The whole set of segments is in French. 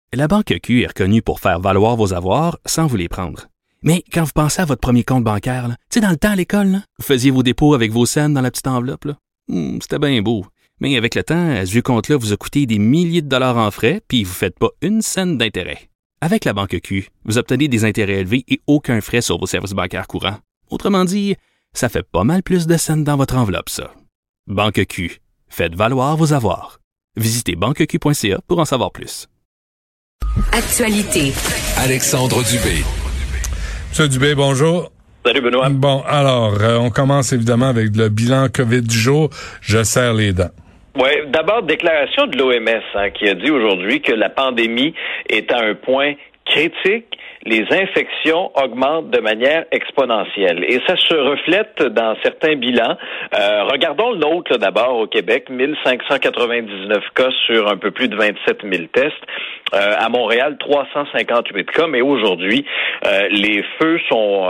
La Banque Q est reconnue pour faire valoir vos avoirs sans vous les prendre. Mais quand vous pensez à votre premier compte bancaire, tu sais, dans le temps à l'école, là, vous faisiez vos dépôts avec vos scènes dans la petite enveloppe. Là. C'était bien beau. Mais avec le temps, ce vieux compte-là vous a coûté des milliers de dollars en frais, puis vous ne faites pas une scène d'intérêt. Avec la Banque Q, vous obtenez des intérêts élevés et aucun frais sur vos services bancaires courants. Autrement dit, ça fait pas mal plus de scènes dans votre enveloppe, ça. Banque Q. Faites valoir vos avoirs. Visitez banqueq.ca pour en savoir plus. Actualité. Alexandre Dubé. Monsieur Dubé, bonjour. Salut Benoît. Bon, alors, on commence évidemment avec le bilan COVID du jour. Je serre les dents. Oui, d'abord, déclaration de l'OMS qui a dit aujourd'hui que la pandémie est à un point critique. Les infections augmentent de manière exponentielle. Et ça se reflète dans certains bilans. Regardons le nôtre là, d'abord au Québec, 1599 cas sur un peu plus de 27 000 tests. À Montréal, 358 cas, mais aujourd'hui, les feux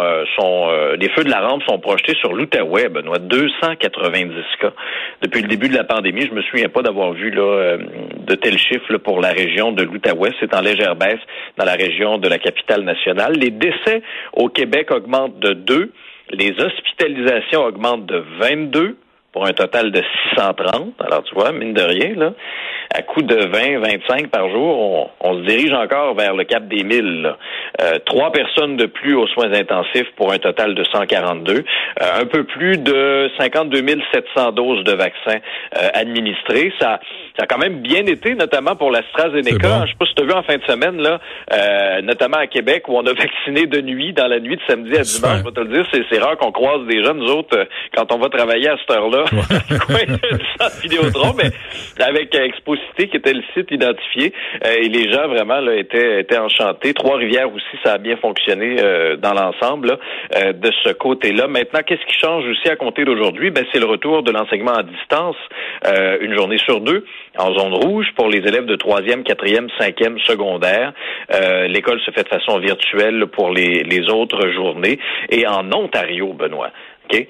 les feux de la rampe sont projetés sur l'Outaouais, Benoît, 290 cas. Depuis le début de la pandémie, je me souviens pas d'avoir vu là de tels chiffres là, pour la région de l'Outaouais. C'est en légère baisse dans la région de la capitale nationale. Les décès au Québec augmentent de 2. Les hospitalisations augmentent de 22 pour un total de 630. Alors, tu vois, mine de rien, là, à coût de 20-25 par jour, on se dirige encore vers le cap des 1000. Là. 3 personnes de plus aux soins intensifs pour un total de 142. Un peu plus de 52 700 doses de vaccins administrées. Ça a quand même bien été, notamment pour l'AstraZeneca. Bon. Je sais pas si tu as vu en fin de semaine, là, notamment à Québec, où on a vacciné de nuit, dans la nuit de samedi à dimanche. Je vais te le dire, c'est rare qu'on croise des jeunes. Nous autres, quand on va travailler à cette heure-là, du centre Vidéotron, mais avec Exposité, qui était le site identifié, et les gens vraiment là étaient enchantés. Trois-Rivières aussi, ça a bien fonctionné dans l'ensemble là, de ce côté-là. Maintenant, qu'est-ce qui change aussi à compter d'aujourd'hui? Ben, c'est le retour de l'enseignement à distance, une journée sur 2, en zone rouge pour les élèves de 3e, 4e, 5e secondaire. L'école se fait de façon virtuelle pour les autres journées. Et en Ontario, Benoît, OK?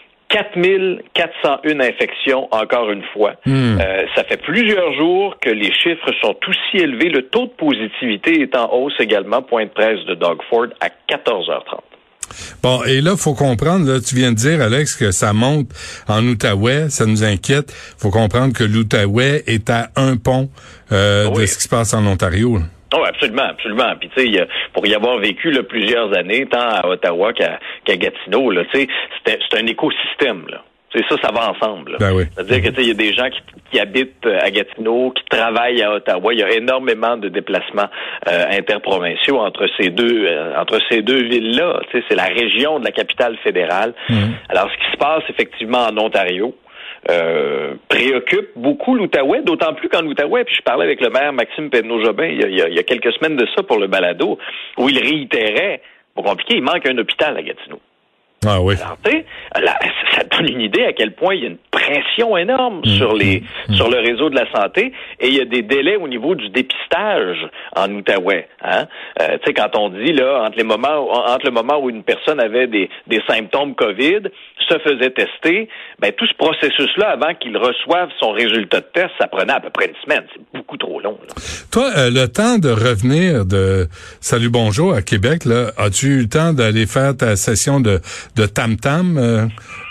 4401 infections, encore une fois. Ça fait plusieurs jours que les chiffres sont aussi élevés. Le taux de positivité est en hausse également. Point de presse de Doug Ford à 14h30. Bon, et là, faut comprendre, là, tu viens de dire, Alex, que ça monte en Outaouais, ça nous inquiète. Faut comprendre que l'Outaouais est à un pont de ce qui se passe en Ontario, là. Oh, absolument, absolument. Puis tu sais, pour y avoir vécu là, plusieurs années, tant à Ottawa qu'à Gatineau, là, tu sais, c'est un écosystème, là. C'est ça va ensemble. Là. Ben oui. C'est-à-dire que tu sais, il y a des gens qui habitent à Gatineau, qui travaillent à Ottawa. Il y a énormément de déplacements interprovinciaux entre ces deux villes-là. Tu sais, c'est la région de la capitale fédérale. Alors, ce qui se passe effectivement en Ontario préoccupe beaucoup l'Outaouais, d'autant plus qu'en Outaouais, puis je parlais avec le maire Maxime Pedneau-Jobin il y a quelques semaines de ça pour le balado, où il réitérait, pas compliqué, il manque un hôpital à Gatineau. Ah oui. Alors, ça donne une idée à quel point il y a une pression énorme sur le réseau de la santé, et il y a des délais au niveau du dépistage en Outaouais. Hein? Tu sais, quand on dit là entre le moment où une personne avait des symptômes COVID, se faisait tester, ben tout ce processus-là avant qu'il reçoive son résultat de test, ça prenait à peu près une semaine. C'est beaucoup trop long. Là. Toi, le temps de revenir de Salut Bonjour à Québec, là, as-tu eu le temps d'aller faire ta session de tam-tam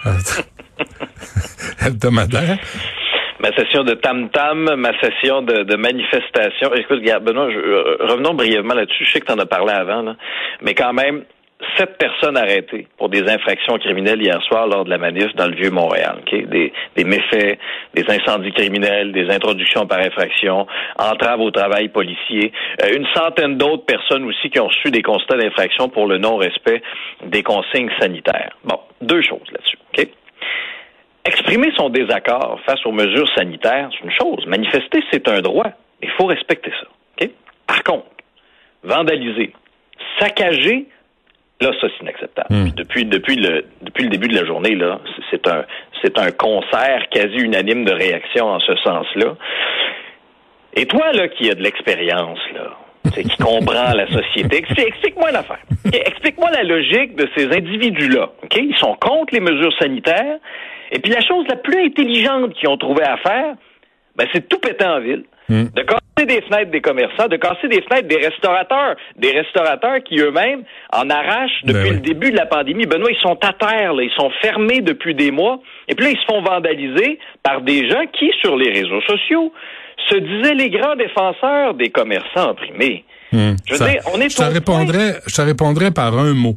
hebdomadaire? Ma session de tam-tam, ma session de manifestation. Écoute, Benoît, revenons brièvement là-dessus. Je sais que tu en as parlé avant, là, mais quand même, 7 personnes arrêtées pour des infractions criminelles hier soir lors de la manif dans le Vieux-Montréal. Okay? Des méfaits, des incendies criminels, des introductions par infraction, entraves au travail policier. Une centaine d'autres personnes aussi qui ont reçu des constats d'infraction pour le non-respect des consignes sanitaires. Bon, 2 choses là-dessus. Okay? Exprimer son désaccord face aux mesures sanitaires, c'est une chose. Manifester, c'est un droit. Il faut respecter ça. Okay? Par contre, vandaliser, saccager, là, ça, c'est inacceptable. Puis depuis le début de la journée, là, c'est un concert quasi unanime de réaction en ce sens-là. Et toi, là, qui as de l'expérience, là, qui comprend la société, explique-moi l'affaire. Okay? Explique-moi la logique de ces individus-là. Okay? Ils sont contre les mesures sanitaires. Et puis la chose la plus intelligente qu'ils ont trouvé à faire, ben, c'est de tout péter en ville. De casser des fenêtres des commerçants, de casser des fenêtres des restaurateurs qui eux-mêmes en arrachent depuis le début de la pandémie. Benoît, ils sont à terre, là, ils sont fermés depuis des mois, et puis là, ils se font vandaliser par des gens qui, sur les réseaux sociaux, se disaient les grands défenseurs des commerçants opprimés. Je veux dire, on est je te répondrais par un mot.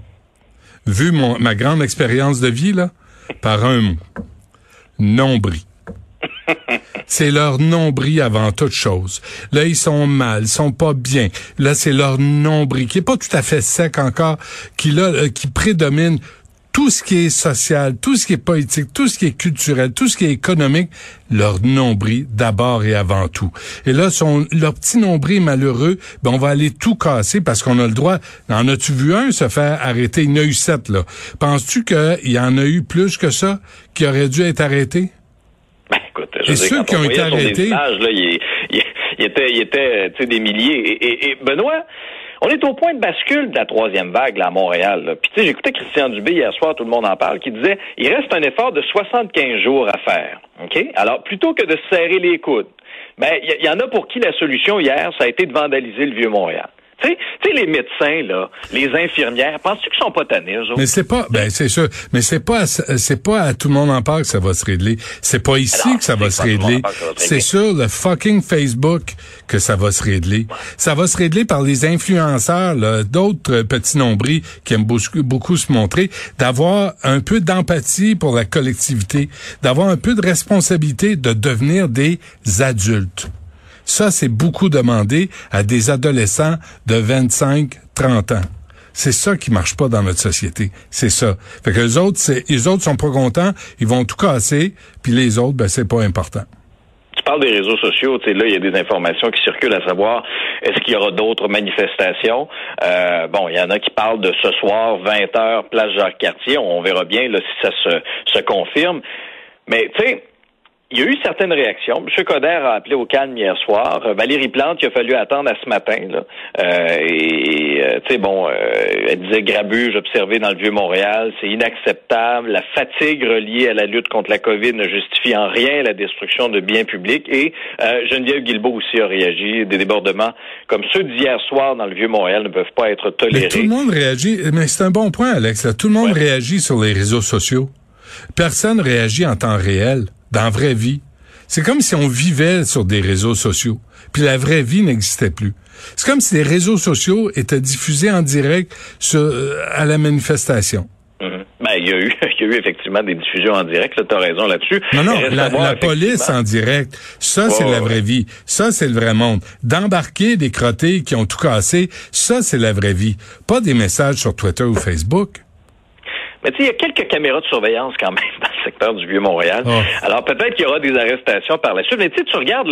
Vu ma grande expérience de vie, là, par un mot. Nombril. C'est leur nombril avant toute chose. Là, ils sont mal, ils sont pas bien. Là, c'est leur nombril, qui est pas tout à fait sec encore, qui prédomine tout ce qui est social, tout ce qui est politique, tout ce qui est culturel, tout ce qui est économique, leur nombril d'abord et avant tout. Et là, leur petit nombril malheureux, on va aller tout casser parce qu'on a le droit. En as-tu vu un se faire arrêter? Il y en a eu 7, là. Penses-tu qu'il y en a eu plus que ça qui auraient dû être arrêtés? Ben, écoute, et ceux qui ont été arrêtés... Images, là, il était des milliers. Et Benoît, on est au point de bascule de la troisième vague là, à Montréal. Là. Puis tu sais, j'écoutais Christian Dubé hier soir, tout le monde en parle, qui disait il reste un effort de 75 jours à faire. OK? Alors, plutôt que de se serrer les coudes, ben il y en a pour qui la solution hier, ça a été de vandaliser le Vieux-Montréal. Tu sais, les médecins, là, les infirmières, penses-tu qu'ils sont pas tannés, eux autres? Mais c'est pas, c'est sûr, mais c'est pas à tout le monde en parle que ça va se régler. C'est pas ici que ça va se régler. C'est sur le fucking Facebook que ça va se régler. Ça va se régler par les influenceurs, là, d'autres petits nombrils qui aiment beaucoup se montrer, d'avoir un peu d'empathie pour la collectivité, d'avoir un peu de responsabilité de devenir des adultes. Ça, c'est beaucoup demandé à des adolescents de 25-30 ans. C'est ça qui marche pas dans notre société. C'est ça. Fait que les autres sont pas contents, ils vont tout casser, puis les autres, c'est pas important. Tu parles des réseaux sociaux, tu sais, là, il y a des informations qui circulent à savoir est-ce qu'il y aura d'autres manifestations. Il y en a qui parlent de ce soir, 20h, place Jacques-Cartier. On verra bien là, si ça se confirme. Mais, tu sais, il y a eu certaines réactions. M. Coder a appelé au calme hier soir. Valérie Plante, il a fallu attendre à ce matin. Là. Elle disait grabuge observé dans le Vieux-Montréal, c'est inacceptable. La fatigue reliée à la lutte contre la COVID ne justifie en rien la destruction de biens publics. Et Geneviève Guilbeault aussi a réagi. Des débordements comme ceux d'hier soir dans le Vieux-Montréal ne peuvent pas être tolérés. Mais tout le monde réagit. Mais c'est un bon point, Alex. Là. Tout le monde réagit sur les réseaux sociaux. Personne réagit en temps réel. Dans la vraie vie. C'est comme si on vivait sur des réseaux sociaux, puis la vraie vie n'existait plus. C'est comme si les réseaux sociaux étaient diffusés en direct à la manifestation. Mm-hmm. Il y a eu effectivement des diffusions en direct, là, t'as raison là-dessus. Non, la police en direct, ça c'est la vraie vie. Ça c'est le vrai monde. D'embarquer des crottés qui ont tout cassé, ça c'est la vraie vie. Pas des messages sur Twitter ou Facebook. Mais tu sais, il y a quelques caméras de surveillance quand même dans le secteur du Vieux-Montréal. Oh. Alors peut-être qu'il y aura des arrestations par la suite. Mais tu sais, tu regardes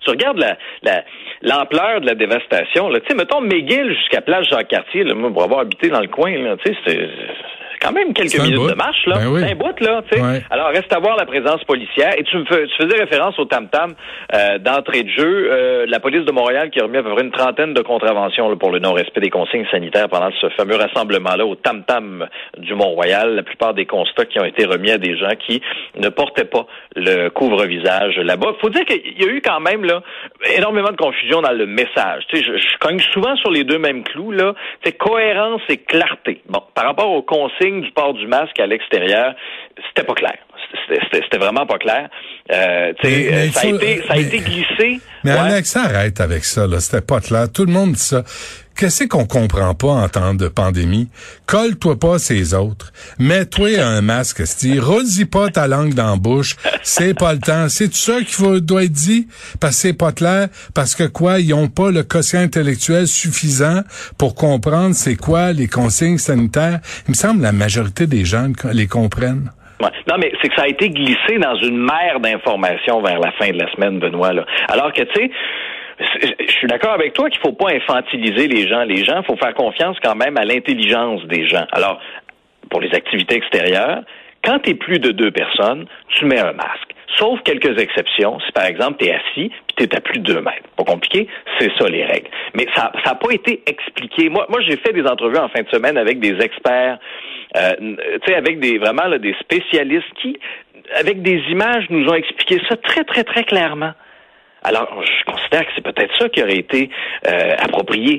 l'ampleur de la dévastation. Tu sais, mettons McGill jusqu'à place Jacques-Cartier, là, moi, pour avoir habité dans le coin, là, tu sais, c'est quand même quelques minutes de marche, là. Ben oui. C'est un bout, là, tu sais. Ouais. Alors, reste à voir la présence policière. Et tu faisais référence au tam-tam d'entrée de jeu. La police de Montréal qui a remis à peu près une trentaine de contraventions là, pour le non-respect des consignes sanitaires pendant ce fameux rassemblement-là au tam-tam du Mont-Royal. La plupart des constats qui ont été remis à des gens qui ne portaient pas le couvre-visage là-bas. Faut dire qu'il y a eu quand même là énormément de confusion dans le message. Tu sais, je cogne souvent sur les deux mêmes clous, là. C'est cohérence et clarté. Bon, par rapport aux consignes du port du masque à l'extérieur, c'était pas clair. C'était vraiment pas clair. Ça a été glissé. Mais Alex, arrête avec ça, là. C'était pas clair. Tout le monde dit ça. Qu'est-ce qu'on comprend pas en temps de pandémie? Colle-toi pas ces autres. Mets-toi un masque, redis pas ta langue dans la bouche. C'est pas le temps. C'est tout ça doit être dit? Parce que c'est pas clair. Parce que ils ont pas le quotient intellectuel suffisant pour comprendre c'est quoi les consignes sanitaires. Il me semble que la majorité des gens les comprennent. Ouais. Non, mais c'est que ça a été glissé dans une mer d'informations vers la fin de la semaine, Benoît, là. Alors que, tu sais, je suis d'accord avec toi qu'il faut pas infantiliser les gens. Les gens, il faut faire confiance quand même à l'intelligence des gens. Alors, pour les activités extérieures, quand tu es plus de 2 personnes, tu mets un masque. Sauf quelques exceptions. Si, par exemple, tu es assis puis tu es à plus de 2 mètres. Pas compliqué, c'est ça les règles. Mais ça n'a pas été expliqué. Moi, j'ai fait des entrevues en fin de semaine avec des experts, avec des spécialistes qui, avec des images, nous ont expliqué ça très, très, très clairement. Alors, je considère que c'est peut-être ça qui aurait été approprié.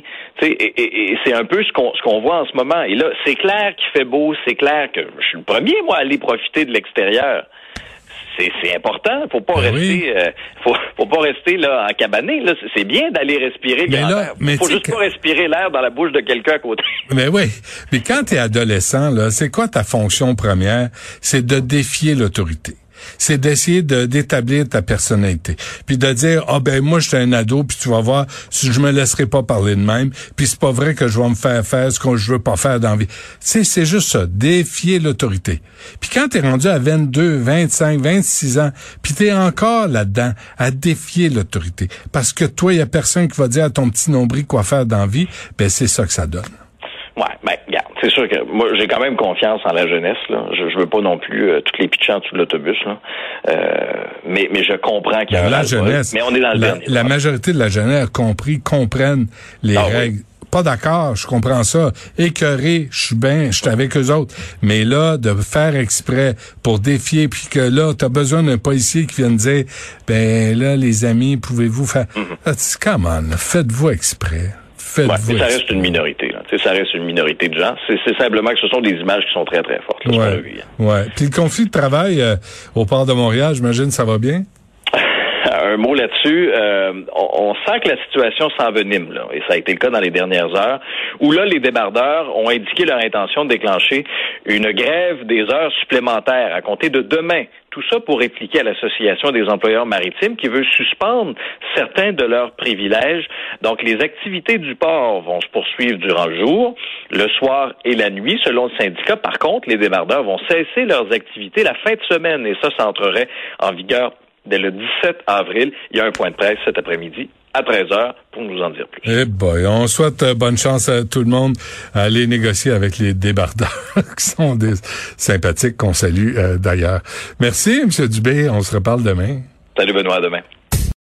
Et c'est un peu ce qu'on voit en ce moment. Et là, c'est clair qu'il fait beau, c'est clair que je suis le premier, moi, à aller profiter de l'extérieur. C'est important, faut pas rester faut pas rester là en cabané là, c'est bien d'aller respirer l'air. Faut juste pas respirer l'air dans la bouche de quelqu'un à côté. Mais oui, mais quand tu es adolescent là, c'est quoi ta fonction première? C'est de défier l'autorité. C'est d'essayer d'établir ta personnalité. Puis de dire, moi, j'étais un ado, puis tu vas voir, je me laisserai pas parler de même, puis c'est pas vrai que je vais me faire ce que je veux pas faire dans la vie. Tu sais, c'est juste ça, défier l'autorité. Puis quand t'es rendu à 22, 25, 26 ans, puis t'es encore là-dedans, à défier l'autorité, parce que toi, il y a personne qui va dire à ton petit nombril quoi faire dans la vie, ben c'est ça que ça donne. Ouais, regarde, c'est sûr que moi j'ai quand même confiance en la jeunesse là. Je veux pas non plus toutes les pitcher en dessous de l'autobus là. Mais je comprends qu'il y a la jeunesse. Mais on est dans le dernier. La majorité de la jeunesse comprennent les règles. Oui. Pas d'accord, je comprends ça. Écœuré, je suis avec eux autres. Mais là, de faire exprès pour défier, puis que là, t'as besoin d'un policier qui vienne dire, ben là, les amis, pouvez-vous faire... Come on, faites-vous exprès. Mais ça reste une minorité. Là. Ça reste une minorité de gens. C'est simplement que ce sont des images qui sont très, très fortes. Là, ouais. Puis le conflit de travail au port de Montréal, j'imagine, ça va bien? Un mot là-dessus, on sent que la situation s'envenime, là, et ça a été le cas dans les dernières heures, où là, les débardeurs ont indiqué leur intention de déclencher une grève des heures supplémentaires à compter de demain. Tout ça pour répliquer à l'Association des employeurs maritimes qui veut suspendre certains de leurs privilèges. Donc, les activités du port vont se poursuivre durant le jour, le soir et la nuit, selon le syndicat. Par contre, les débardeurs vont cesser leurs activités la fin de semaine, et ça entrerait en vigueur dès le 17 avril. Il y a un point de presse cet après-midi à 13h pour nous en dire plus. Eh boy, on souhaite bonne chance à tout le monde à aller négocier avec les débardeurs qui sont des sympathiques qu'on salue d'ailleurs. Merci, M. Dubé. On se reparle demain. Salut Benoît, à demain.